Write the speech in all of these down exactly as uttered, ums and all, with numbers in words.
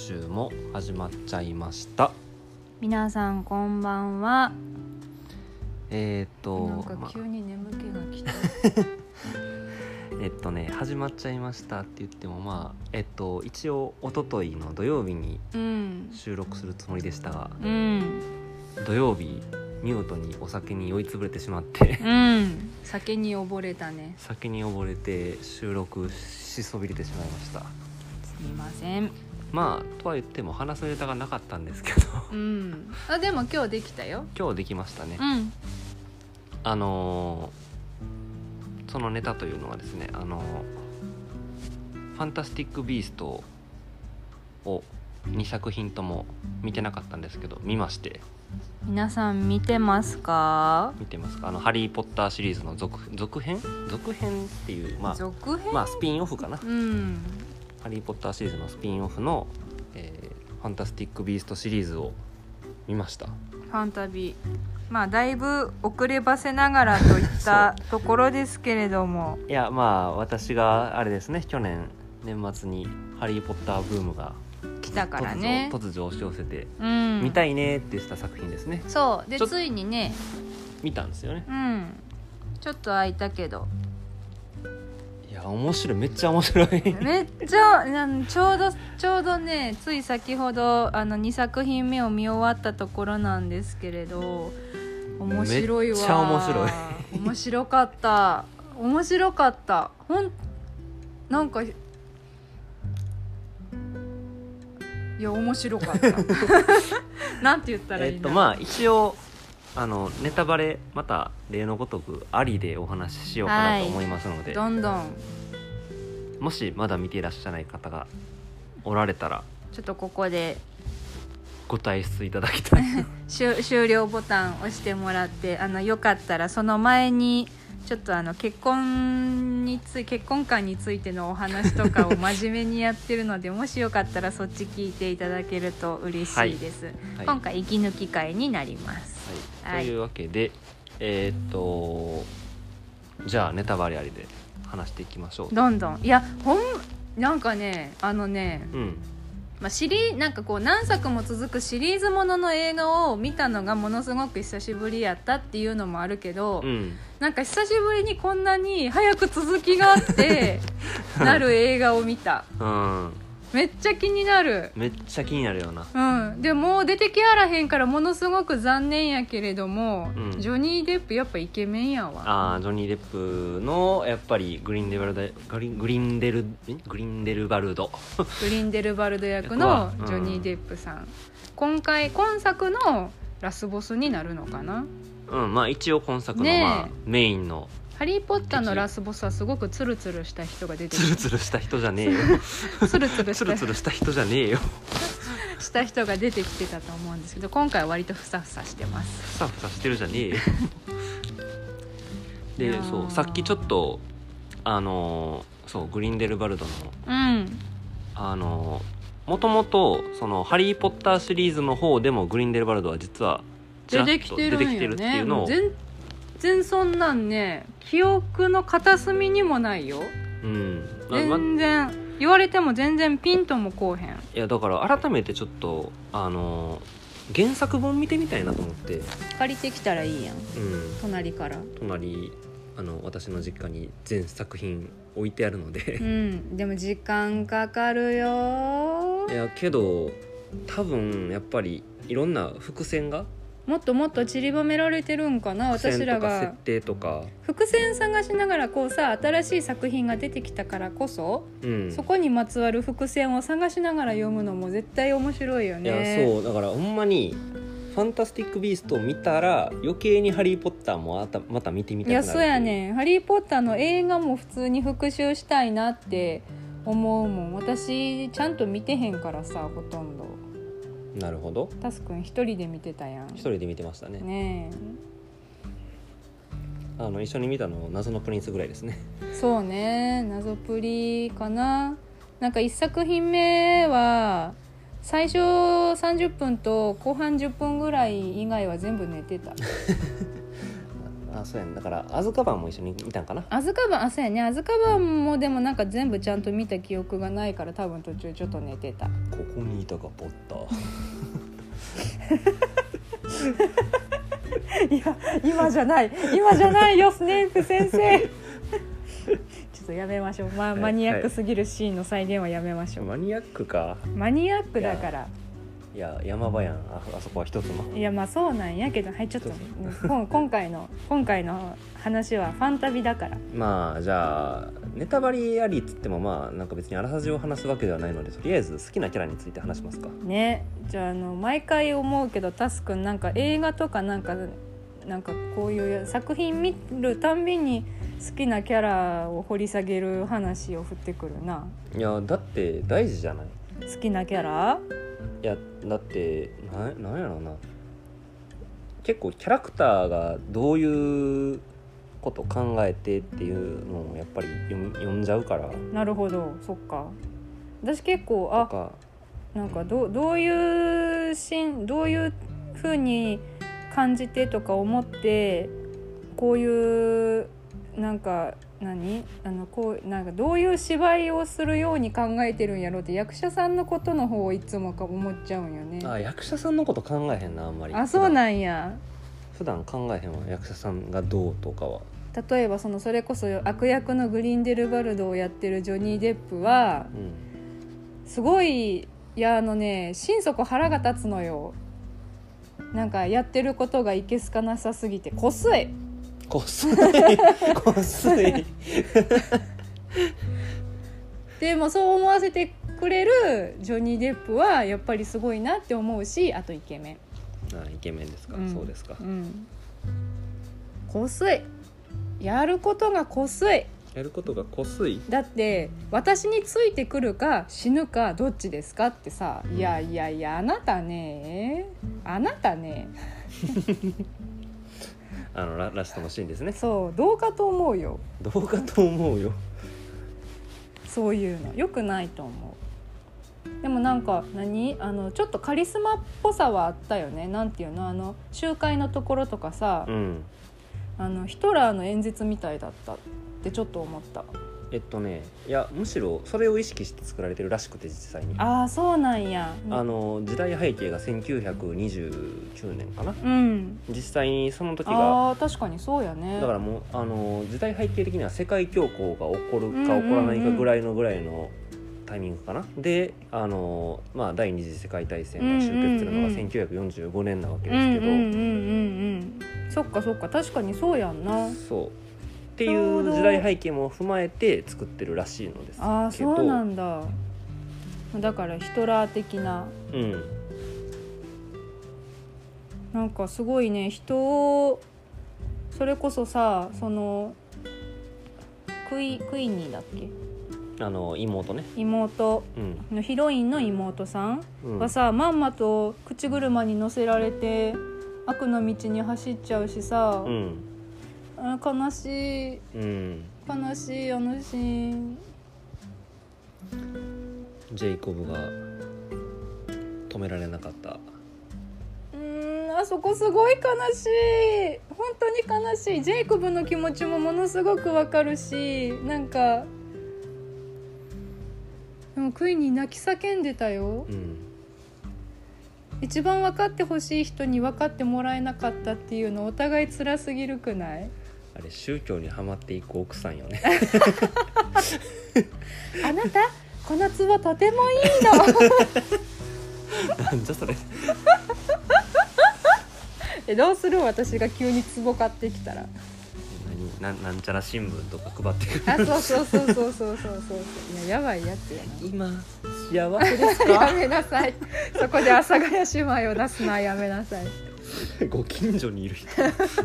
週も始まっちゃいました。 皆さんこんばんは。 えー、っとなんか急に眠気が来た、 まえっとね始まっちゃいましたって言ってもまあえっと一応一昨日の土曜日にうん収録するつもりでしたが、 うん、 土曜日見事にお酒に酔いつぶれてしまってうん、酒に溺れたね。 酒に溺れて収録しそびれてしまいました。 すみません。 まあとは言っても話すネタがなかったんですけどうん、あでも今日できたよ。 今日できましたね。 うん、 あのー、そのネタというのはですね、あのー、ファンタスティック・ビーストをにさく品とも見てなかったんですけど見まして。 皆さん見てますか？ 見てますか？あのハリー・ポッターシリーズの 続, 続編続編っていう、まあ、 続編、 まあスピンオフかな、 うん、 ハリー・ポッターシリーズのスピンオフの、えー、ファンタスティック・ビーストシリーズを見ました。 ファンタビまあだいぶ遅ればせながらといったところですけれどもいやまあ私があれですね、去年年末にハリー・ポッターブームが来たからね、 突如、突如押し寄せて、 うん、 見たいねってした作品ですね。 そうでついにね見たんですよね。 うんちょっと空いたけどいや面白い、めっちゃ面白いめっちゃなんちょうどちょうどねつい先ほどあのにさく品目を見終わったところなんですけれど、面白いわ。 めっちゃ面白い面白かった面白かったほんなんかいや面白かったなんて言ったらいいんだろう。 えっとまあ一応あのネタバレまた例のごとくありでお話ししようかなと思いますので、 どんどんもしまだ見ていらっしゃらない方がおられたらちょっとここでご退出いただきたい終了ボタン押してもらって、あのよかったらその前にちょっとあの結婚につい結婚観についてのお話とかを真面目にやってるのでもしよかったらそっち聞いていただけると嬉しいです、はいはい、今回息抜き会になります、 はいはい、というわけでえー、っとじゃあネタバレありで話していきましょう。 どんどんいやほんなんかねあのね、 うんまあ、シリなんかこう何作も続くシリーズものの映画を見たのがものすごく久しぶりやったっていうのもあるけど、 うん、 なんか久しぶりにこんなに早く続きがあってなる映画を見た、 うん、 めっちゃ気になる。 めっちゃ気になるよな。 うん、でも出てきあらへんからものすごく残念やけれども、うん、ジョニー・デップやっぱイケメンやわ。 あジョニー・デップのやっぱりグリンデルバルドグリグリンデルグリンデルバルドグリンデルバルド役のジョニー・デップさん、うん、今回今作のラスボスになるのかな。 うんまあ一応今作の、まあ、メインのハリーポッターのラスボスはすごくツルツルした人が出てきて、 ツルツルした人じゃねえよツルツルしたツルツルした人じゃねえよした人が出てきてたと思うんですけど、今回は割とふさふさしてます。 ふさふさしてるじゃねえよでそうさっきちょっとあのそうグリンデルバルドの、 うん、あのもともとそのハリーポッターシリーズの方でもグリンデルバルドは実は出てきてるんよね。 出てきてるっていうのを全然そんなんね記憶の片隅にもないよ、 うん、 全然、ま、言われても全然ピンともこうへん。 いやだから改めてちょっとあの原作本見てみたいなと思って借りてきたらいいやん、うん、隣から隣あの私の実家に全作品置いてあるので、 うん、でも時間かかるよ。 いやけど多分やっぱりいろんな伏線がもっともっと散りばめられてるんかな。私らが設定とか伏線探しながらこうさ新しい作品が出てきたからこそ、うん、そこにまつわる伏線を探しながら読むのも絶対面白いよね。 いやそうだからほんまにファンタスティック・ビーストを見たら余計にハリー・ポッターもまた見てみたくなる。 いやそうやねん。ハリー・ポッターの映画も普通に復習したいなって思うもん。私ちゃんと見てへんからさほとんど。 なるほど。 タスくん一人で見てたやん。 一人で見てましたね。 ねえあの一緒に見たの謎のプリンスぐらいですね。 そうね謎プリかな。なんか一作品目は最初さんじゅっぷんと後半じゅっぷんぐらい以外は全部寝てたあそうやねだからアズカバンも一緒に見たんかな。 アズカバンあそうやねアズカバンもでもなんか全部ちゃんと見た記憶がないから多分途中ちょっと寝てた。 ここにいたかポッターいや今じゃない今じゃないよスネープ先生ちょっとやめましょう、まはいマニアックすぎるシーンの再現はやめましょう、 マニアックか。 マニアックだからいや山場やん あ, あそこは一つの。 いやまあそうなんやけどはいちょっと一つうんこん今回の今回の話はファンタビだからまあじゃあネタバレありっつってもまあなんか別にあらさじを話すわけではないのでとりあえず好きなキャラについて話しますかね。じゃああの毎回思うけどタスくんなんか映画とかなんかなんかこういう作品見るたんびに好きなキャラを掘り下げる話を振ってくるな。 いやだって大事じゃない。 好きなキャラいやだってななんやろうな結構キャラクターがどういうこと考えてっていうのをやっぱり読み読んじゃうからなるほどそっか。私結構あとかなんかどどういうシーンどういう風に感じてとか思ってこういうなんか何あのこうなんかどういう芝居をするように考えてるんやろうって役者さんのことの方をいつもか思っちゃうんよね。 あ役者さんのこと考えへんなあんまり。 あそうなんや。 普段考えへんわ役者さんがどうとかは。 例えばそのそれこそ悪役のグリンデルバルドをやってるジョニー・デップはうんすごいいやあのね心底腹が立つのよ。なんかやってることがいけすかなさすぎてこすいこすいこすいでもそう思わせてくれるジョニー・デップはやっぱりすごいなって思うし、あとイケメン。 あイケメンですか、 うん、 そうですか、 うん、こすいやることがこすい。 やることがこすい。 だって私についてくるか死ぬかどっちですかってさ、いやいやいやあなたねあなたねあの ラ, ラストのシーンですね。 そうどうかと思うよ。 どうかと思うよ。 そういうの良くないと思う。でもなんか何あのちょっとカリスマっぽさはあったよね。なんていうのあの集会のところとかさ、 うん、 あのヒトラーの演説みたいだったってちょっと思った。 えっとねいやむしろそれを意識して作られてるらしくて実際にああそうなんや。 あの時代背景がせんきゅうひゃくにじゅうきゅうねんかな、 うん、 実際にその時があー確かにそうやね。 だからもうあの時代背景的には世界恐慌が起こるか起こらないかぐらいのぐらいのタイミングかな。であの、まあ、第二次世界大戦が終結するのがせんきゅうひゃくよんじゅうごねんなわけですけど、 うんうんうんうんうんそっかそっか確かにそうやんな。 そうっていう時代背景も踏まえて作ってるらしいのですけど。 ああそうなんだ。だからヒトラー的な、 うん、 なんかすごいね人をそれこそさそのクイ、クイニーだっけあの妹ね、 妹うん、 のヒロインの妹さんうんはさ、まんまと口車に乗せられて悪の道に走っちゃうしさ、 うんあ悲しいうん悲しいあのシーン。 ジェイコブが止められなかった。 うーんあそこすごい悲しい本当に悲しい。ジェイコブの気持ちもものすごくわかるしなんかでもクイーンに泣き叫んでたよ、 うん、 一番分かってほしい人に分かってもらえなかったっていうのお互い辛すぎるくない？ あれ宗教にはまっていく奥さんよねあなたこの壺とてもいいのなんじゃそれえどうする私が急に壺買ってきたら何 な, なんちゃら新聞とか配ってくる。 あそうそうそうそうそうそうそういややばいやつやな。 今幸せですやかめなさいそこで阿佐ヶ谷姉妹を出すのはやめなさいご近所にいる人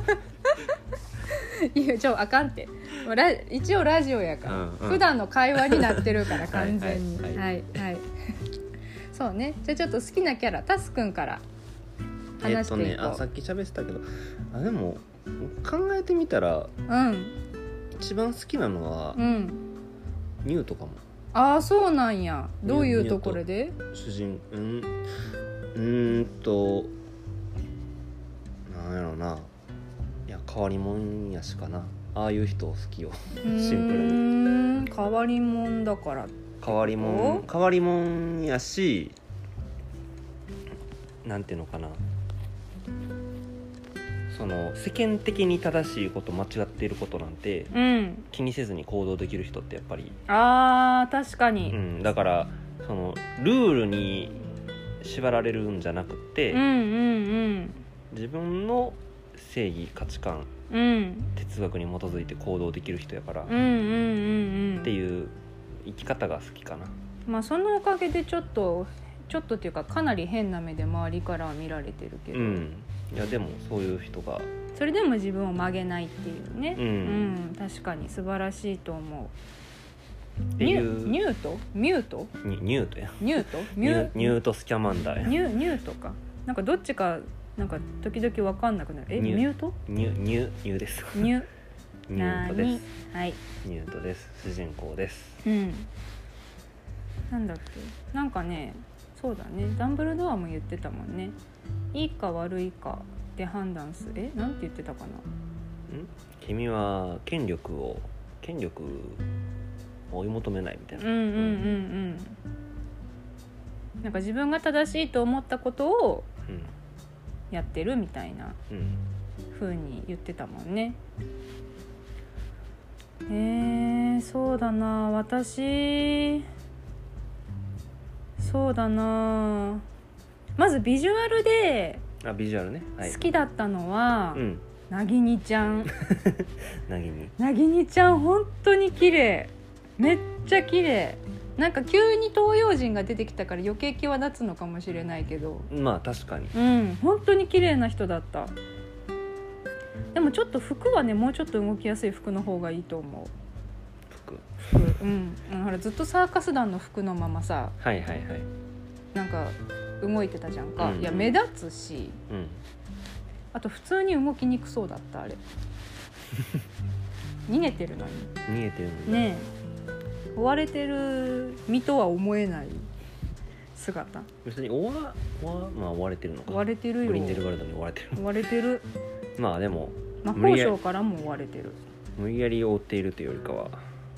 いやちょあかんってラ一応ラジオやから、 うんうん、 普段の会話になってるから完全にはいはい、 はいはい、そうね。じゃあちょっと好きなキャラタスくんから話していこう。 えっとねあさっき喋ってたけどあでも考えてみたらうん一番好きなのは、 うん、 ニュートかも。 ああそうなんや。どういうところで？ 主人うんうーんとなんやろないや可変わり者やしかな。ああいう人好きよシンプルに。 うーん変わり者だから変わり者変わり者やし、なんていうのかな、その世間的に正しいこと間違っていることなんてうん気にせずに行動できる人ってやっぱり、 あー確かに、 うん、だからそのルールに縛られるんじゃなくて、 うんうん自分の正義価値観うんうん哲学に基づいて行動できる人やから、 うんうんうんうんっていう生き方が好きかな。 まあそのおかげでちょっとちょっとっていうかかなり変な目で周りからは見られてるけど、 うん、いやでもそういう人が、 それでも自分を曲げないっていうね、 うんうん確かに素晴らしいと思う。 っていうニュニュートミュートニニュートやニュートニミュュニュートスキャマンダーやニュニュートかなんかどっちかなんか時々分かんなくなる。えニュミュートニュニュニューですニュニュートですはいニュートです主人公です。 うんなんだっけなんかねそうだねダンブルドアも言ってたもんね。いいか悪いかで判断するえなんて言ってたかな。 ん君は権力を権力を追い求めないみたいな、 うんうんうんうんなんか自分が正しいと思ったことをうんやってるみたいなうん風に言ってたもんね。えー、そうだな私そうだなまずビジュアルであビジュアルね、はい、 好きだったのは、 うんなぎにちゃんなぎになぎにちゃん本当に綺麗めっちゃ綺麗なんか急に東洋人が出てきたから余計際立つのかもしれないけどまあ確かにうん本当に綺麗な人だった。でもちょっと服はねもうちょっと動きやすい服の方がいいと思う。 服服うんほらずっとサーカス団の服のままさはいはいはいなんか動いてたじゃんか、 うんいや目立つしうんあと普通に動きにくそうだったあれ逃げてるのに逃げてるのにねえ追われてる身とは思えない姿。 別に追わ追わまあ追われてるのか追われてるよグリンデルバルドに追われてる追われてるまあでも魔法省からも追われてる。 無理やり追っているというよりかは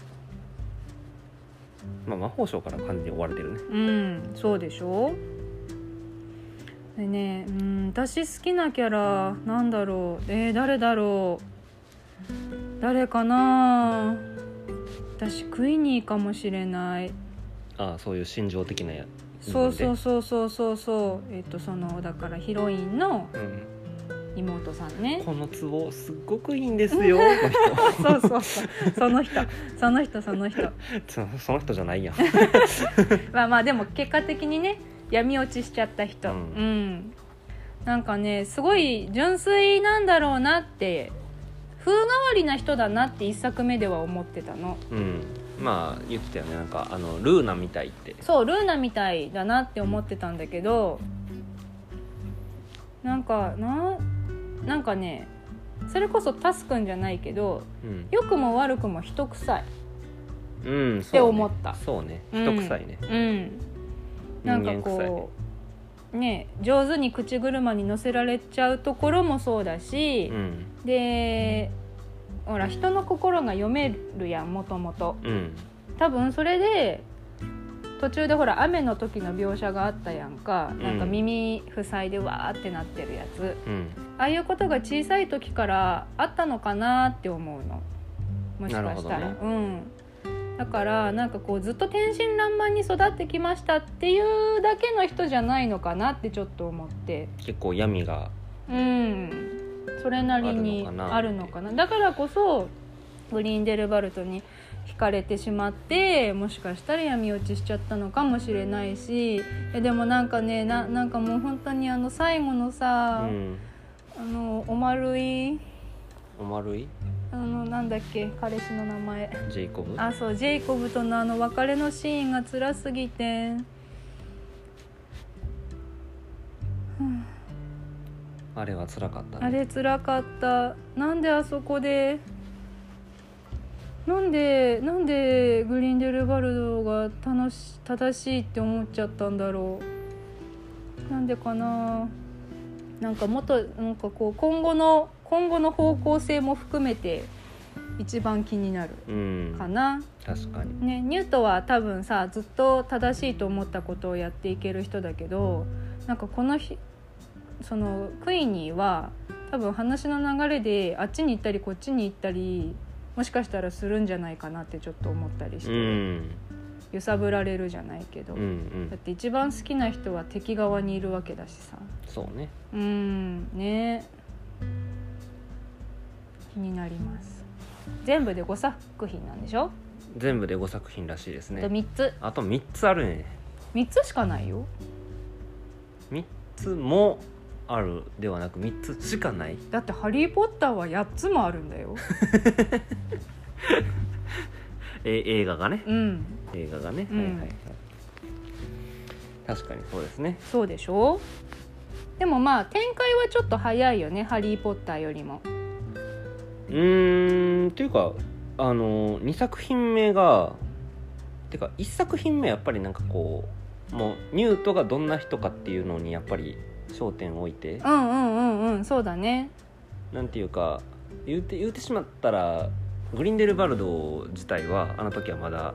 まあ魔法省から完全に追われてるね。 うんそうでしょ。でねうん私好きなキャラなんだろうえー、誰だろう誰かな。私クイニーかもしれない。 ああそういう心情的なやそうそうそうそうそうそうえっ、とそのだからヒロインのうん妹さんねこのツボすっごくいいんですよのそうそうそうその人その人その人人その人じゃないやんまあまあでも結果的にね闇落ちしちゃった人、 うんうん、なんかねすごい純粋なんだろうなって風変わりな人だなって一作目では思ってたの。 うんまあ言ってたよねなんかあのルーナみたいってそうルーナみたいだなって思ってたんだけどなんかななんかねそれこそタスくんじゃないけどうん良くも悪くも人臭いうんって思ったそうねうん人臭いね、 うんなんかこうね上手に口車に乗せられちゃうところもそうだし、 うんでほら人の心が読めるやんもともとうん多分それで途中でほら雨の時の描写があったやんか、 うんなんか耳塞いでわーってなってるやつうんああいうことが小さい時からあったのかなって思うのもしかしたら、 なるほうんだからなんかこうずっと天真爛漫に育ってきましたっていうだけの人じゃないのかなってちょっと思って結構闇がうんそれなりにあるのかなだからこそグリーンデルバルトに惹かれてしまってもしかしたら闇落ちしちゃったのかもしれないしえでもなんかね な, なんかもう本当にあの最後のさ、 うん、 あのお丸いお丸いあのなんだっけ彼氏の名前ジェイコブあそうジェイコブとのあの別れのシーンが辛すぎて、うんあれは辛かったねあれ辛かった。なんであそこでなんでなんでグリーンデルバルドが楽し正しいって思っちゃったんだろう。なんでかな。なんかもっとなんかこう今後の今後の方向性も含めて一番気になるかな、うん、 確かに、 ね、ニュートは多分さずっと正しいと思ったことをやっていける人だけど、なんかこの日そのクイニーは多分話の流れであっちに行ったりこっちに行ったりもしかしたらするんじゃないかなってちょっと思ったりして、うん、揺さぶられるじゃないけど、うんうん、だって一番好きな人は敵側にいるわけだしさ。 そうね、 うんね、気になります。全部でごさく品なんでしょ。 全部でごさく品らしいですね。 あとみっつあとみっつあるね。 みっつしかないよ。 みっつもあるではなくみっつしかない。 だってハリーポッターはやっつもあるんだよえ映画がね、 うん、 映画がね、 うん、 はいはいはい、確かにそうですね。 そうでしょ。でもまあ展開はちょっと早いよね、ハリーポッターよりも。 うーんっていうかあのにさく品目がてかいっさく品目やっぱりなんかこうもうニュートがどんな人かっていうのにやっぱり焦点を置いて、 うんうんうんうん、そうだね。 なんていうか言うて言うてしまったらグリンデルバルド自体はあの時はまだ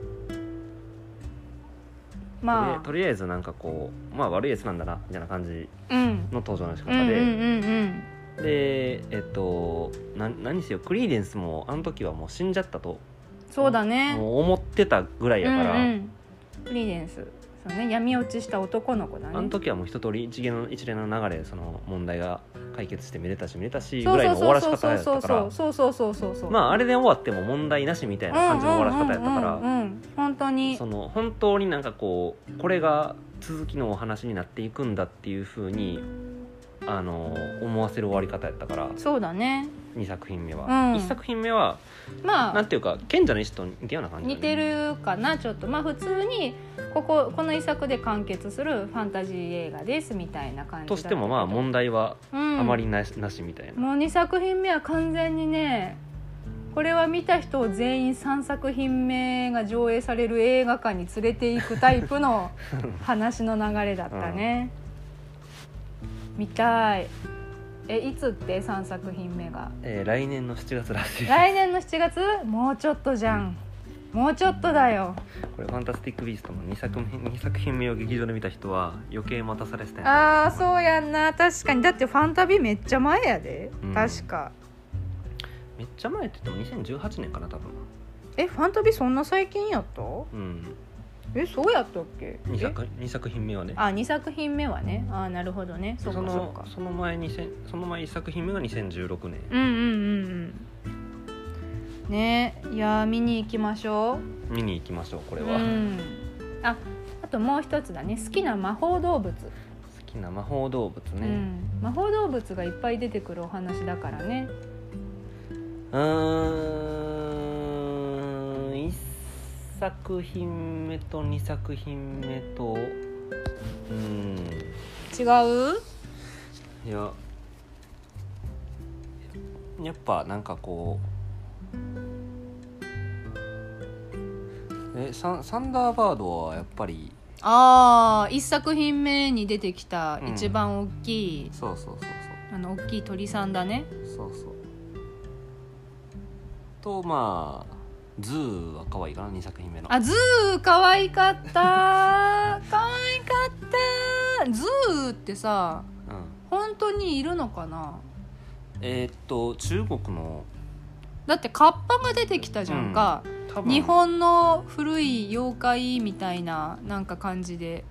まあとりあえずなんかこうまあ悪いやつなんだなみたいな感じの登場の仕方で、 うんうんうんうんでえっとな何せよクリーデンスもあの時はもう死んじゃったとそうだねもう思ってたぐらいやから、 うんうん、クリーデンスそうね、闇落ちした男の子だね。 あの時はもう一通り一連の一連の流れでその問題が解決して見れたし見れたしぐらいの終わらし方やったからそうそうそうそうそう、 まああれで終わっても問題なしみたいな感じの終わらし方やったから、 本当にその本当になんかこうこれが続きのお話になっていくんだっていう風にあの思わせる終わり方やったから。 そうだね。 にさく品目は、 うん、 いっさく品目はまあなんていうか賢者の石と似たような感じ、ね、 似てるかなちょっと。まあ普通にこここのいっさくで完結するファンタジー映画ですみたいな感じだったけどとしてもまあ問題はあまりなし、うん、なしみたいな。 もうにさく品目は完全にね、これは見た人を全員さんさく品目が上映される映画館に連れていくタイプの話の流れだったね、うん、見たい。えいつってさんさく品目が、 えー、来年のしちがつらしい。 来年のしちがつもうちょっとじゃん、もうちょっとだよ。 これファンタスティックビーストのにさく品目を劇場で見た人は余計待たされてたんや。あーそうやんな、確かに。だってファンタビめっちゃ前やで、うん、確かめっちゃ前って言ってもにせんじゅうはちねんかな多分。 えファンタビそんな最近やった？ うんえそうやったっけ。 2, 作にさく品目はね。 あにさく品目はね。あなるほどね。そうかそうか。 その前にその前いっさく品目がにせんじゅうろくねん。 うんうんうんうんね。いや見に行きましょう。見に行きましょうこれは、 うん、ああともう一つだね。好きな魔法動物。好きな魔法動物ね、 うん、魔法動物がいっぱい出てくるお話だからね。 うーんいっさく品目とにさく品目とうん違う？ いややっぱなんかこうえサン、サンダーバードはやっぱりああいっさく品目に出てきた一番大きい、 うん、そうそうそうそうあの大きい鳥さんだね。 そうそうとまあズーは可愛いかなにさく品目の。 あズー可愛かった可愛かったズーってさ、うん、本当にいるのかな。 えー、っと中国のだってカッパが出てきたじゃんか、うん、日本の古い妖怪みたいななんか感じで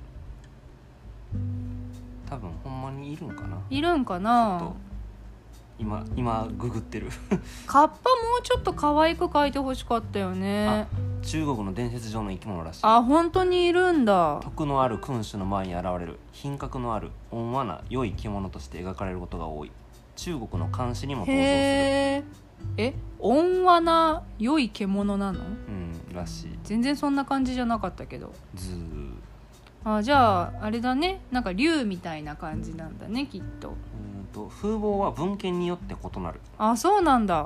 多分ほんまにいるんかな。 いるんかな。 今今ググってるカッパもうちょっと可愛く描いてほしかったよね。 中国の伝説上の生き物らしい。 あ本当にいるんだ。 徳のある君主の前に現れる品格のある温和な良い着物として描かれることが多い。中国の漢詩にも登場する。 へえ温和な良い獣なの？ うんらしい。 全然そんな感じじゃなかったけど。 ずーあじゃああれだね、なんか竜みたいな感じなんだねきっと。 うんと風貌は文献によって異なる。 あそうなんだ。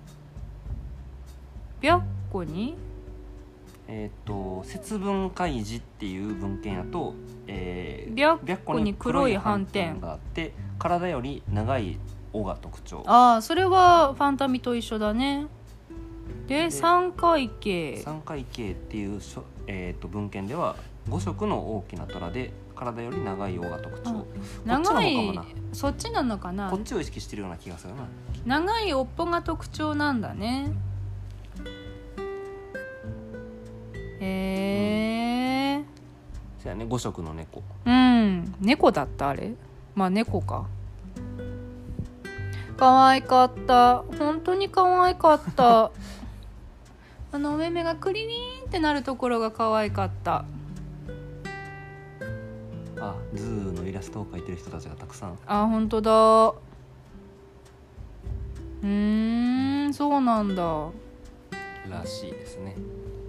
白虎にえっ、ー、と節分開示っていう文献やと、えー、白虎に黒い斑点があって体より長い尾が特徴。 ああそれはファンタミと一緒だね。でで三角形三角形っていうしょ、えー、と文献ではご色の大きな虎で体より長い尾が特徴。こっちの方か長もいなそっちなのかな。 こっちを意識してるような気がするな。 長い尾っぽが特徴なんだね。へえ、 そうやね、ご色の猫。 うん猫だったあれ。まあ猫か。可愛かった、本当に可愛かったあのお目目がクリリーンってなるところが可愛かった。 あ、ズーのイラストを描いてる人たちがたくさん。 あ、本当だ。うーん、そうなんだ。 らしいですね。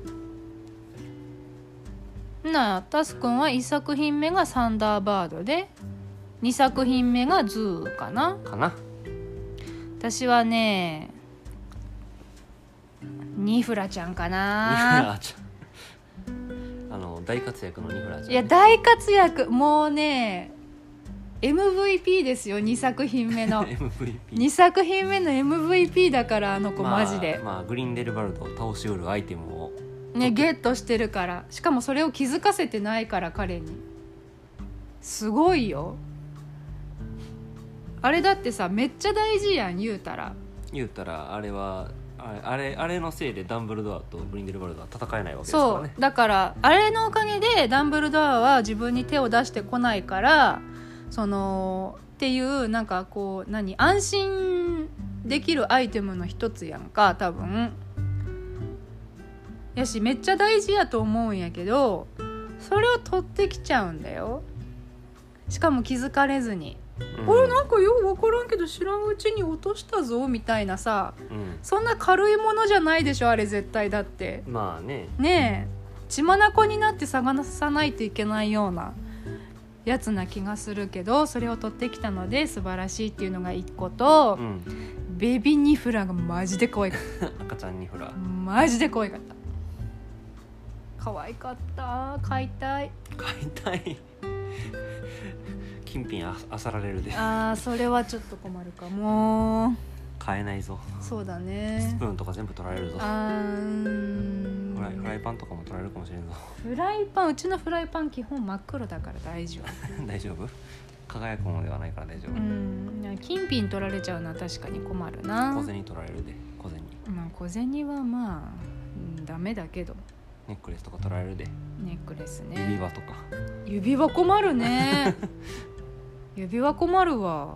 なあ、タスくんはいっさく品目がサンダーバードでにさく品目がズーかな。 かな。 私はねニフラちゃんかニフな。 ラちゃんあの大活躍のニフラちゃん、ね、 いや大活躍、もうね エムブイピー ですよ。にさく品目のエムブイピーにさく品目の エムブイピー だから、あの子マジで、 まあ、まあグリンデルバルドを倒しうるアイテムをね、ゲットしてるから。しかもそれを気づかせてないから彼に。すごいよあれ。だってさめっちゃ大事やん言うたら。 言うたらあれはあれあれ、あれのせいでダンブルドアとグリンデルバルドは戦えないわけですからね。 そうだからあれのおかげでダンブルドアは自分に手を出してこないから、そのっていうなんかこう何安心できるアイテムの一つやんか多分。やしめっちゃ大事やと思うんやけど、それを取ってきちゃうんだよ。しかも気づかれずに、うん、あれなんかよう分からんけど知らんうちに落としたぞみたいなさ、うん、そんな軽いものじゃないでしょあれ絶対。だってまあねねえ血眼になって探さないといけないようなやつな気がするけど、それを取ってきたので素晴らしいっていうのが一個と、うん、ベビーニフラがマジで可愛かった赤ちゃんニフラマジで可愛かった。可愛かった。買いたい買いたい金品ああさられるで。 あーそれはちょっと困るかも。 買えないぞ。 そうだね。 スプーンとか全部取られるぞ。 あーフライ、フライパンとかも取られるかもしれんぞ。 フライパン、うちのフライパン基本真っ黒だから大丈夫大丈夫。輝くものではないから大丈夫。 うん金品取られちゃうのは確かに困るな。 小銭取られるで。小銭、 まあ、小銭はまあ、うん、ダメだけどネックレスとか取られるで。 ネックレスね。 指輪とか。 指輪困るね指輪困るわ。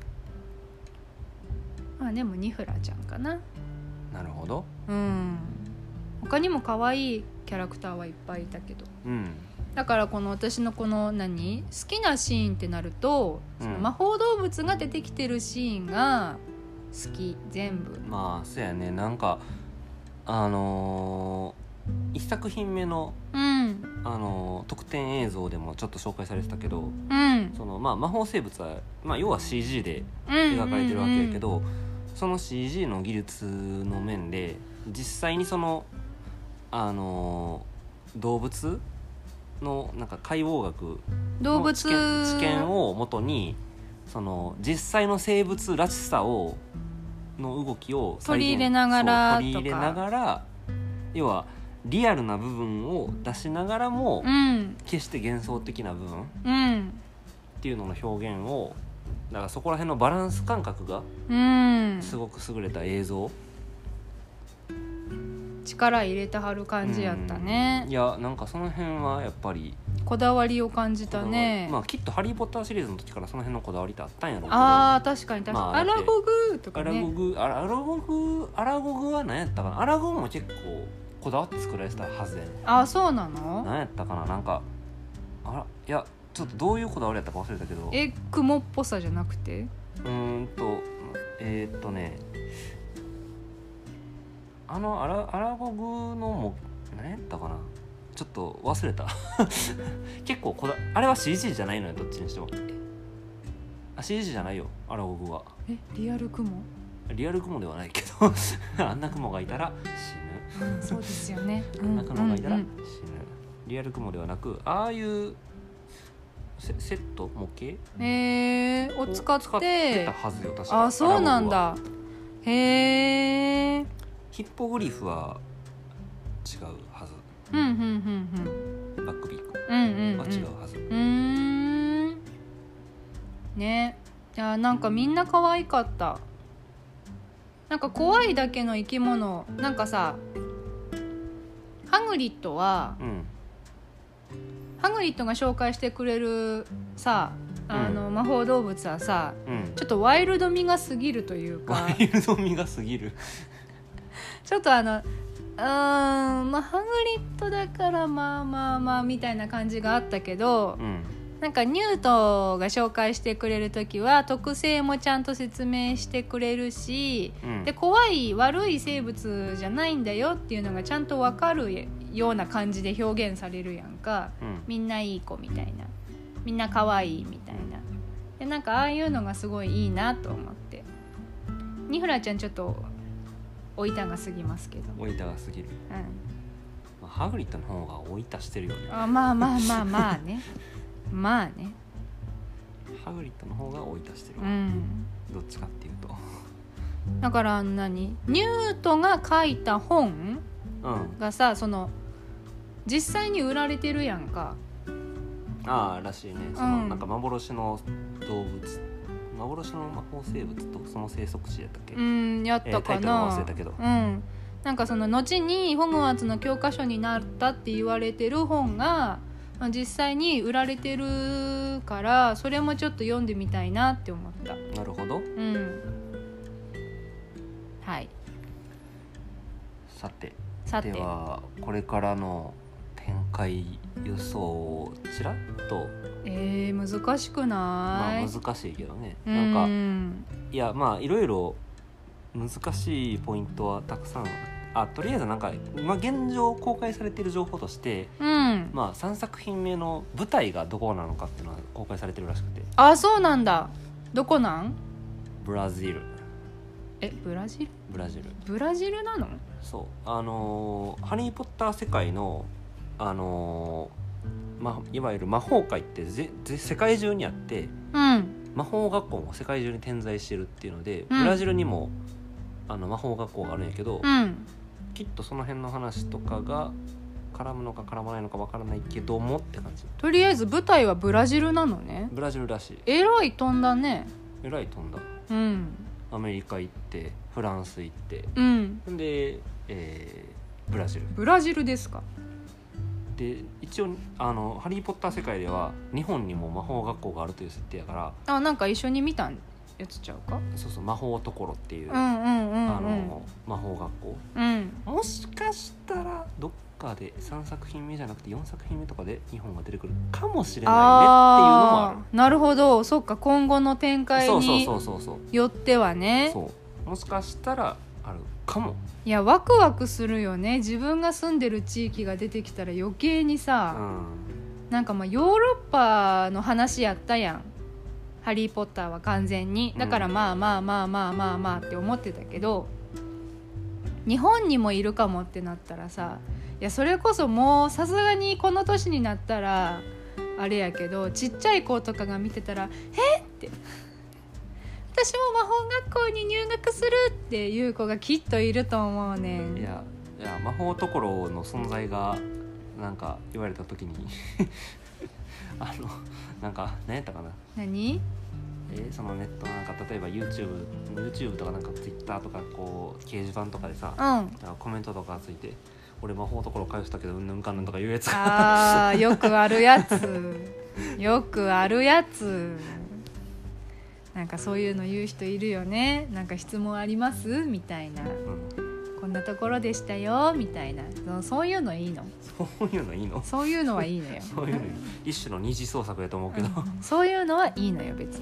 まあでもニフラちゃんかな。 なるほど。 うん他にも可愛いキャラクターはいっぱいいたけど、うん、だからこの私のこの何好きなシーンってなると、うん、その魔法動物が出てきてるシーンが好き全部。 まあそうやね。なんかあのー、いっさく品目の、うんあのー、特典映像でもちょっと紹介されてたけど、うん、そのまあ、魔法生物は、まあ、要は シージー で描かれてるわけやけど、うんうんうん、その シージー の技術の面で実際にその、あのー、動物のなんか解剖学の知見、知見をもとにその実際の生物らしさをの動きを取り入れながら取り入れながら要はリアルな部分を出しながらも、うん、決して幻想的な部分、うん、っていうのの表現をだからそこら辺のバランス感覚がすごく優れた映像、 うん、力入れてはる感じやったね、 うん、いやなんかその辺はやっぱりこだわりを感じたね。 まあきっとハリーポッターシリーズの時からその辺のこだわりってあったんやろうけど。 あー確かに確かに、まあ、アラゴグとかね。 アラゴグアラゴグアラゴグは何やったかな。アラゴグも結構こだわって作られてたはずやね。 あーそうなの。 何やったかな。なんかあらいやちょっとどういうこだわりやったか忘れたけど。 え雲っぽさじゃなくてうーんとえー、っとねあのアラ、アラゴグのも何やったかな。ちょっと忘れた結構こだあれは シージー じゃないのよどっちにしても。あ シージー じゃないよアラゴグは。 えリアル雲。 リアル雲ではないけどあんな雲がいたら死ぬ、 うん、そうですよねあんな雲がいたら死ぬ、 うんうんうん、 リアル雲ではなくああいうセ, セット模型えー、を使って使ってたはずよ確か。 あそうなんだ。へえ。 ヒッポグリフは違うはず。 うんうんうんバックビークうんうんうんうんは違うはず。 うーんね。いやなんかみんな可愛かった。なんか怖いだけの生き物、なんかさハグリッドは、 うん、 ハグリッドが紹介してくれるさあの、 うん、 魔法動物はさ、 うん、 ちょっとワイルド味が過ぎるというかワイルド味が過ぎるちょっとあのうーんまあハグリッドだからまあまあまあみたいな感じがあったけど、 うん、 なんかニュートが紹介してくれるときは特性もちゃんと説明してくれるし、 うん、 で怖い悪い生物じゃないんだよっていうのがちゃんと分かるような感じで表現されるやんか、 うん、 みんないい子みたいな、みんな可愛いみたいな。でなんかああいうのがすごいいいなと思って。ニフラちゃんちょっとおいたが過ぎますけど、 おいたが過ぎる、 うんまあ、ハグリッドの方がおいたしてるよね。 あまあまあまあまあねまあねハグリッドの方が追い出してるわ、 うん、 どっちかっていうと。 だから何ニュートが書いた本うんがさ、その実際に売られてるやんか。 ああらしいね。その、 うんなんか幻の動物、幻の魔法生物とその生息地やったっけ、 うんやったかえータイトルはな、 忘れたけど、 うんなんかその後にホグワーツの教科書になったって言われてる本が実際に売られてるから、それもちょっと読んでみたいなって思った。 なるほど。 うんはいさてさてではこれからの展開予想をちらっと、 えー、難しくない？ まあ難しいけどね、 うなんかんいやまあいろいろ難しいポイントはたくさんあ、とりあえずなんか、まあ、現状公開されている情報として、 うんまあ、さんさく品目の舞台がどこなのかっていうのは公開されてるらしくて、 あそうなんだ。どこなん？ ブラジルえブラジルブラジルブラジルなの？ そうあのーハリーポッター世界のあのーま、いわゆる魔法界ってぜぜ世界中にあって、 うん魔法学校も世界中に点在してるっていうので、 うんブラジルにもあの魔法学校があるんやけど、 うんきっとその辺の話とかが絡むのか絡まないのかわからないけどもって感じ。 とりあえず舞台はブラジルなのね。 ブラジルらしい。 えらい飛んだね。 えらい飛んだ。 うんアメリカ行ってフランス行ってうんで、えーブラジルブラジルですか。 で、一応あのハリーポッター世界では日本にも魔法学校があるという設定やから、 あなんか一緒に見たやつちゃうか。 そうそう魔法ところっていう、 うんうんうんうんあの魔法学校、 うんもしかしたらどっかでさんさく品目じゃなくてよんさく品目とかで日本が出てくるかもしれないねっていうのもある。 あーなるほど。そっか今後の展開そうそうにそうそうそうよってはね。 そうもしかしたらあるかも。 いやワクワクするよね。自分が住んでる地域が出てきたら余計にうさ、 んなんかまあヨーロッパの話やったやんハリーポッターは完全に。だからまあまあまあまあまあまあって思ってたけど、日本にもいるかもってなったらさ、いやそれこそもうさすがにこの年になったらあれやけど、ちっちゃい子とかが見てたらえって私も魔法学校に入学するっていう子がきっといると思うねん。 いやいや魔法ところの存在がなんか言われた時にあのなんか何やったかな、 何えーそのネットなんか例えば YouTube, YouTube とかなんか Twitter とかこう掲示板とかでさ、 うんなんかコメントとかついて俺魔法ところ返したけどうんぬんかんぬんとか言うやつがあーよくあるやつよくあるやつなんかそういうの言う人いるよね。なんか質問ありますみたいな、 うん、 こんなところでしたよみたいな、そそういうのいいの。 そういうのいいの？ そういうのはいいのよそういうの一種の二次創作やと思うけど、 うんそういうのはいいのよ別に。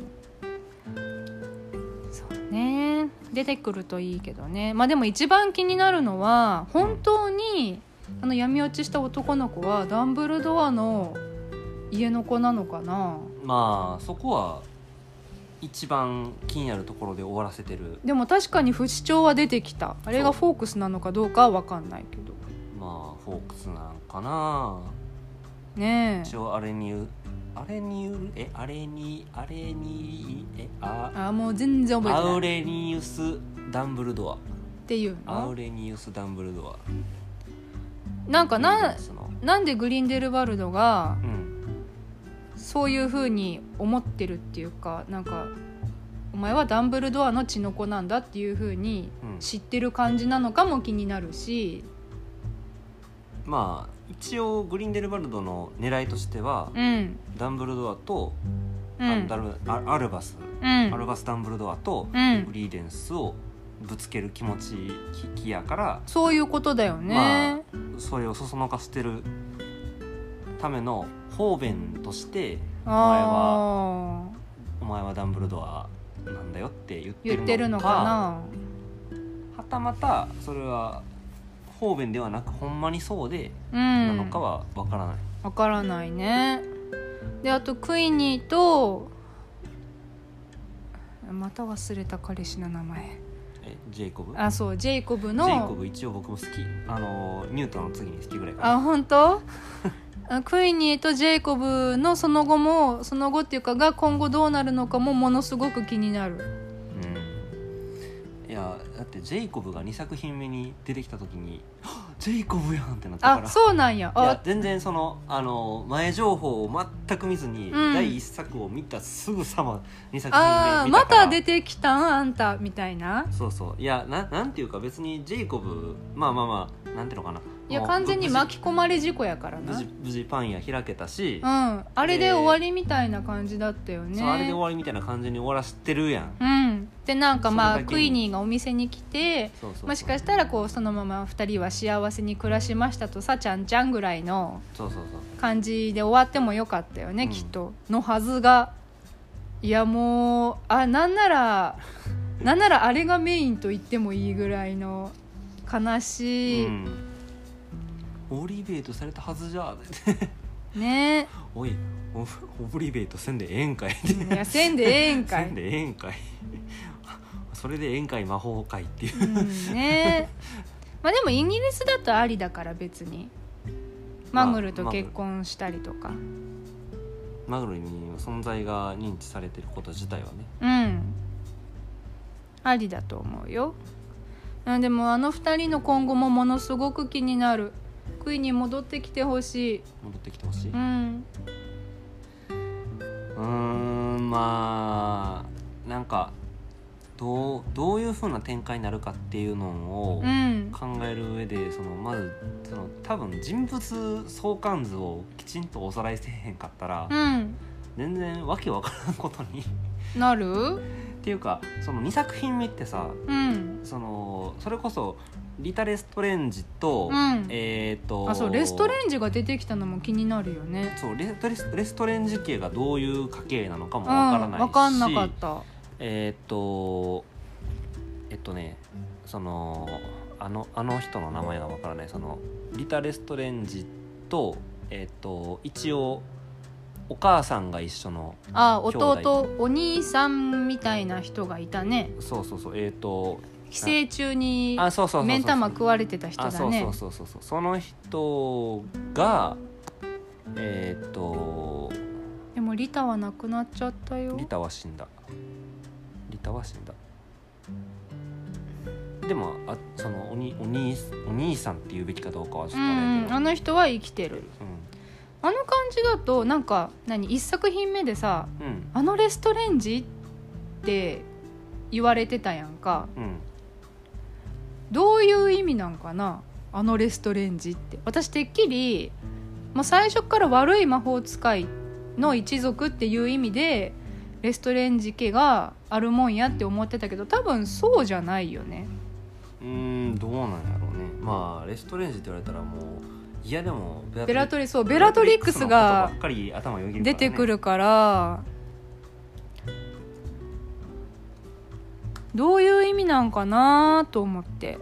そうね出てくるといいけどね。まあでも一番気になるのは本当にあの闇落ちした男の子はダンブルドアの家の子なのかな。 まあそこは一番気になるところで終わらせてる。 でも確かに不死鳥は出てきた。あれがフォークスなのかどうかは分かんないけどまあフォークスなんかな。 ねえ一応あれにあれによるえあれにあれにえああもう全然覚えてないアウレニウス・ダンブルドアっていうのアウレニウス・ダンブルドアなんかなのなんでグリンデルバルドがうんそういう風に思ってるっていうかなんかお前はダンブルドアの血の子なんだっていう風にうん知ってる感じなのかも気になるし、 まあ一応グリンデルバルドの狙いとしては、 うんダンブルドアと、 うんあダルアアルバス、 うんアルバス・ダンブルドアとうんフリーデンスをぶつける気持ちき気やからそういうことだよね、 まあそれをそそのかしてるための方便としてお前はあお前はダンブルドアなんだよって言ってるのか言ってるのかはたまたそれは方便ではなくほんまにそうでななのかはわからない、 わからないね。であとクイニーとまた忘れた彼氏の名前えジェイコブあそうジェイコブのジェイコブ一応僕も好きあのニュートンの次に好きぐらいかなあ本当あクイニーとジェイコブのその後もその後っていうかが今後どうなるのかもものすごく気になる。 うんいやだってジェイコブがにさく品目に出てきた時にジェイコブやんってなったからあそうなんやいやあ全然そのあの前情報を全く見ずに、 うんだいいっさくを見たすぐさまにさく品あーま目見たからた出てきたんあんたみたいな。 そうそういや な, なんていうか別にジェイコブまあまあまあなんていうのかないやもう完全に無巻き込まれ事故やからな。 無事無事パン屋開けたし、 うんあれで終わりみたいな感じだったよね。 そうあれで終わりみたいな感じに終わらせてるやん、 うんでなんかまあそれだけにクイニーがお店に来てそうそうそうもしかしたらこうそのままふたりは幸せに暮らしましたとさちゃんちゃんぐらいのそうそうそう感じで終わってもよかったよね、 うんきっとのはずがいやもうあなんならなんならあれがメインと言ってもいいぐらいの悲しい、 うんオリベートされたはずじゃねおいオオリベートせんでええんかいいやせんでええんかせんい、 でええんかいそれでええんかい魔法界っていう、 うん、ねまあでもイギリスだとありだから別にマグルと結婚したりとか、 マグルに存在が認知されてること自体はねうんありだと思うよ。あでもあのふたりの今後もものすごく気になる。クイに戻ってきてほしい。 戻ってきてほしい、 ううんーんまあなんかどうどういう風な展開になるかっていうのをうん考える上でそのまずその多分人物相関図をきちんとおさらいせへんかったら、 うん全然わけわからんことになるっていうかそのにさく品目ってさうんそのそれこそリタ・レストレンジと、 うんえっ、とあそうレストレンジが出てきたのも気になるよね。 そうレレスレストレンジ家がどういう家系なのかもうんわからないし、 分かんなかったえっ、とえっとねそのあのあの人の名前がわからないそのリタ・レストレンジとえっ、と一応お母さんが一緒のあ兄弟弟お兄さんみたいな人がいたね。 そうそうそうえっ、と寄生虫にあそうそうそうそう目ん玉食われてた人だね。 あそうそうそうそうそうその人がえっ、とでもリタは亡くなっちゃったよ。 リタは死んだリタは死んだでもあそのおにお兄お兄さんっていうべきかどうかはちょっとあれうんやけどあの人は生きてる。 うあの感じだとなんか何一作品目でさんうんあのレストレンジって言われてたやんか。 うんどういう意味なんかなあのレストレンジって。私てっきりもう最初から悪い魔法使いの一族っていう意味でレストレンジ家があるもんやって思ってたけど多分そうじゃないよね。 うーんどうなんやろうねまあレストレンジって言われたらもういやでもベベラトリそうベラトリックスがベラトリックスのことばっかり頭よぎるからね出てくるからどういう意味なんかなと思って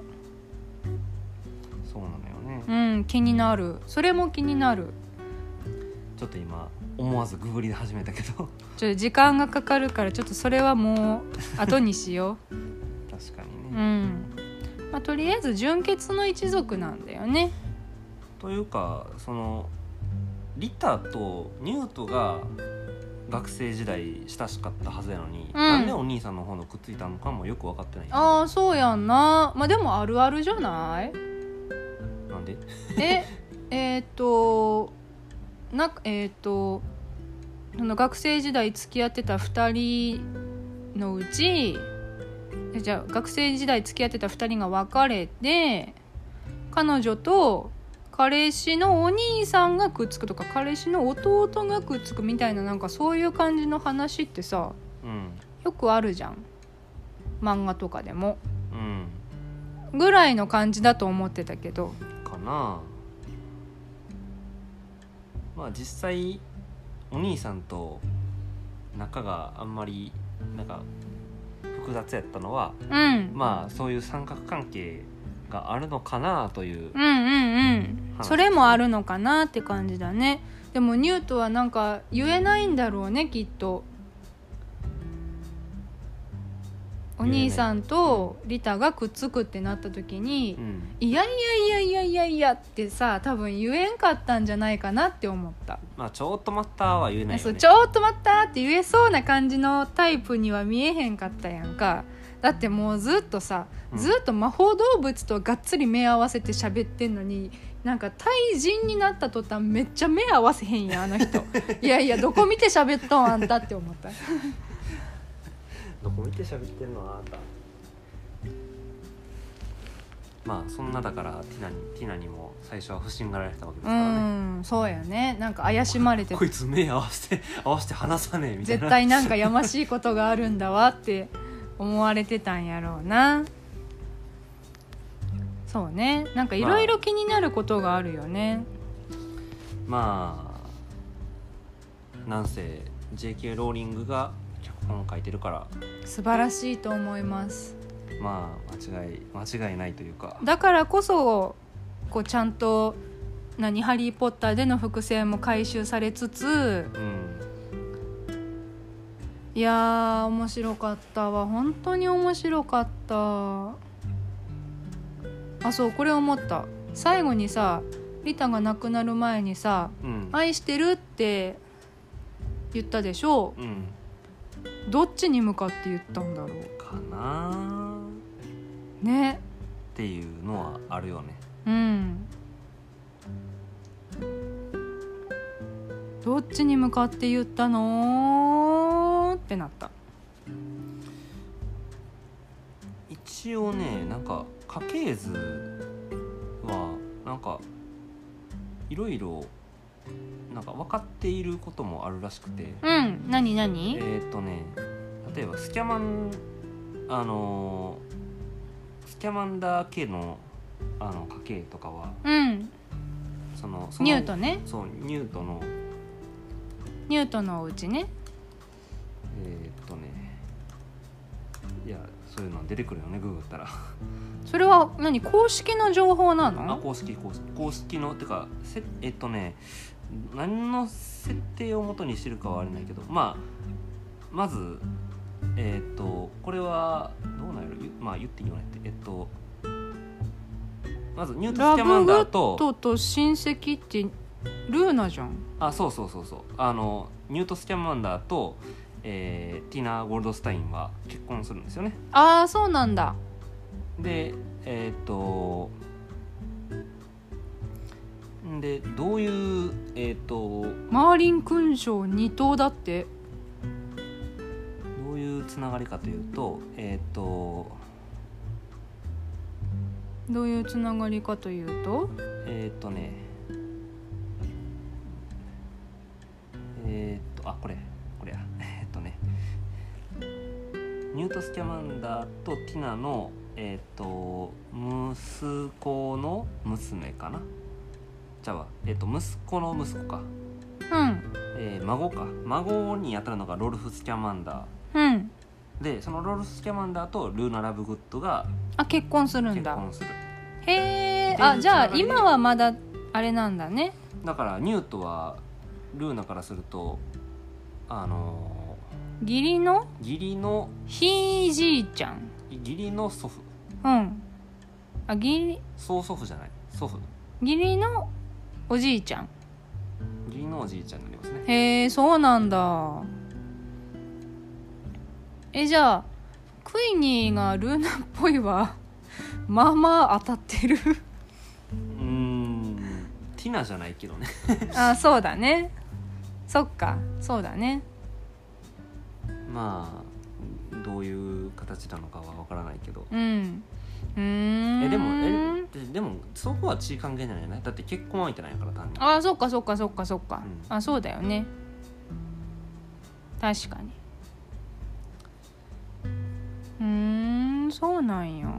そうなのよねうん気になる。それも気になる。 ちょっと今思わずググり始めたけどちょっと時間がかかるからちょっとそれはもう後にしよう確かにうね、 ん、まあ、とりあえず純血の一族なんだよね。 というかそのリタとニュートが学生時代親しかったはずやのに、 うん、 なんでお兄さんの方のくっついたのかもよく分かってない。 ああそうやんな。まあでもあるあるじゃない。 なんでええー、っとなんかえー、っとその学生時代付き合ってたふたりのうち、じゃあ学生時代付き合ってたふたりが別れて、彼女と彼氏のお兄さんがくっつくとか彼氏の弟がくっつくみたいな、なんかそういう感じの話ってさ、 うん、 よくあるじゃん、漫画とかでも、 うん、 ぐらいの感じだと思ってたけどかな。まあ実際お兄さんと仲があんまりなんか複雑やったのは、 うん、 まあそういう三角関係があるのかなという、 うんうんうん、それもあるのかなって感じだね。でもニュートはなんか言えないんだろうね、きっと。お兄さんとリタがくっつくってなった時に、うん、いやいやいやいやいやいやってさ、多分言えんかったんじゃないかなって思った。 まあちょっと待ったは言えないよね。 そう、ちょっと待ったって言えそうな感じのタイプには見えへんかったやんか。だってもうずっとさ、ずっと魔法動物とがっつり目合わせて喋ってんのに、なんか対人になった途端めっちゃ目合わせへんやんあの人いやいやどこ見て喋っとんあんたって思ったどこ見て喋ってんのあんた。まあそんなだからティナにティナにも最初は不信がられたわけですからね。 うんそうやね。なんか怪しまれてこいつ目合わせて合わせて話さねえみたいな、 絶対なんかやましいことがあるんだわって思われてたんやろうな。そうね、なんかいろいろ気になることがあるよね。 まあなんせ ジェーケー ローリングが脚本を書いてるから素晴らしいと思います。 まあ間違い間違いないというか、 だからこそこうちゃんと何ハリーポッターでの伏線も回収されつつ、うん、いやー面白かったわ、本当に面白かった。あ、そうこれ思った。最後にさリタが亡くなる前にさ、うん、愛してるって言ったでしょ、うん、どっちに向かって言ったんだろうかなねっていうのはあるよね。 うんどっちに向かって言ったのってなった。 一応ね、なんか家系図はなんかいろいろなんか分かっていることもあるらしくて、 うん、何何？ えーっとね、例えばスキャマンあのスキャマンダー系のあの家系とかは、 うん、 そのそのニュートね、 そうニュートのニュートのお家ね。 えーっとね、いやそういうの出てくるよね、ググったら。 それは何、公式の情報なの？ あ、公式公式公式のてかせえっとね何の設定を元にしてるかはあれないけど、まあまずえー、っとこれはどうなんやろ、まあ言っていいよねって、えっとまずニュートスキャマンダーとラブグッドと親戚ってルーナじゃん。 あ、そうそうそうそう、あのニュートスキャマンダーと、えー、ティナ・ゴールドスタインは結婚するんですよね。 ああそうなんだ。 でえー、っとでどういうえー、っとマーリン勲章に頭だって。 どういうつながりかというと、えー、っとどういうつながりかというとえー、っとねえー、っとあこれこれやえー、っとねニュートスキャマンダーとティナのえー、っと息子の娘かな、じゃあ、えー、っと息子の息子か、 うん、 えー、孫か、孫に当たるのがロルフ・スキャマンダー、 うん、 でそのロルフ・スキャマンダーとルーナ・ラブグッドがあ結婚するんだ。 結婚する。 へー、あじゃあ今はまだあれなんだね。 だからニュートはルーナからするとあのー、義理の義理のひいじいちゃん、 義理の祖父、 うんあ義理曽祖父じゃない祖父、 義理のおじいちゃん、 義理のおじいちゃんになりますね。 へえ、そうなんだ。え、じゃあクイニーがルーナっぽいはまあまあ当たってるうーんティナじゃないけどねあ、そうだね、そっか、そうだね。 まあどういう形なのかは分からないけど、 うんうーんえでもえででもそこは血関係じゃないよね。だって結婚相手なんやから単に。 あ、そっかそっかそっかそっか、 うんあ、そうだよね、確かに。うーん、そうなんよ。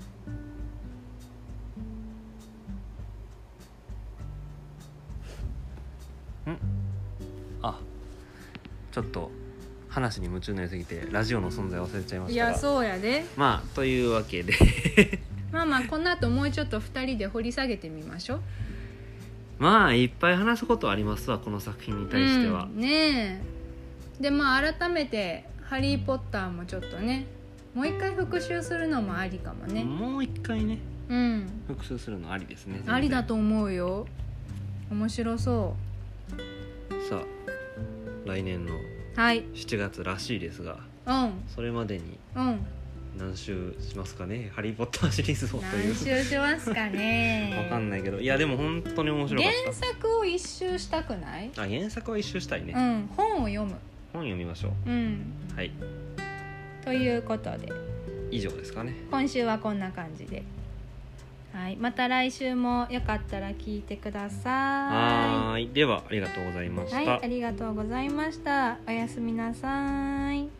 あ、ちょっと話に夢中になりすぎてラジオの存在忘れちゃいまいしたが、 や、そうやで。 まあというわけでまあまあこの後もうちょっとふたりで掘り下げてみましょう。 まあいっぱい話すことありますわこの作品に対しては、 うん、ねえ。でまあ改めてハリーポッターもちょっとね、もう一回復習するのもありかもね。 もう一回ねうん復習するのありですね。 ありだと思うよ。面白そさあ来年のう。はいしちがつらしいですが、 うんそれまでにうん何周しますかねハリーポッターシリーズをという何周しますかねわかんないけど、いやでも本当に面白かっ原作を一周したくない？ た。あ、原作は一周したいね、 うん本を読む。 本読みましょうんう。はい、 ということで以上ですかね。 今週はこんな感じで、はい、また来週もよかったら聞いてくださはーい、ではありがとうございまい。 した。 はい、ありがとうございました。おやすみなさい。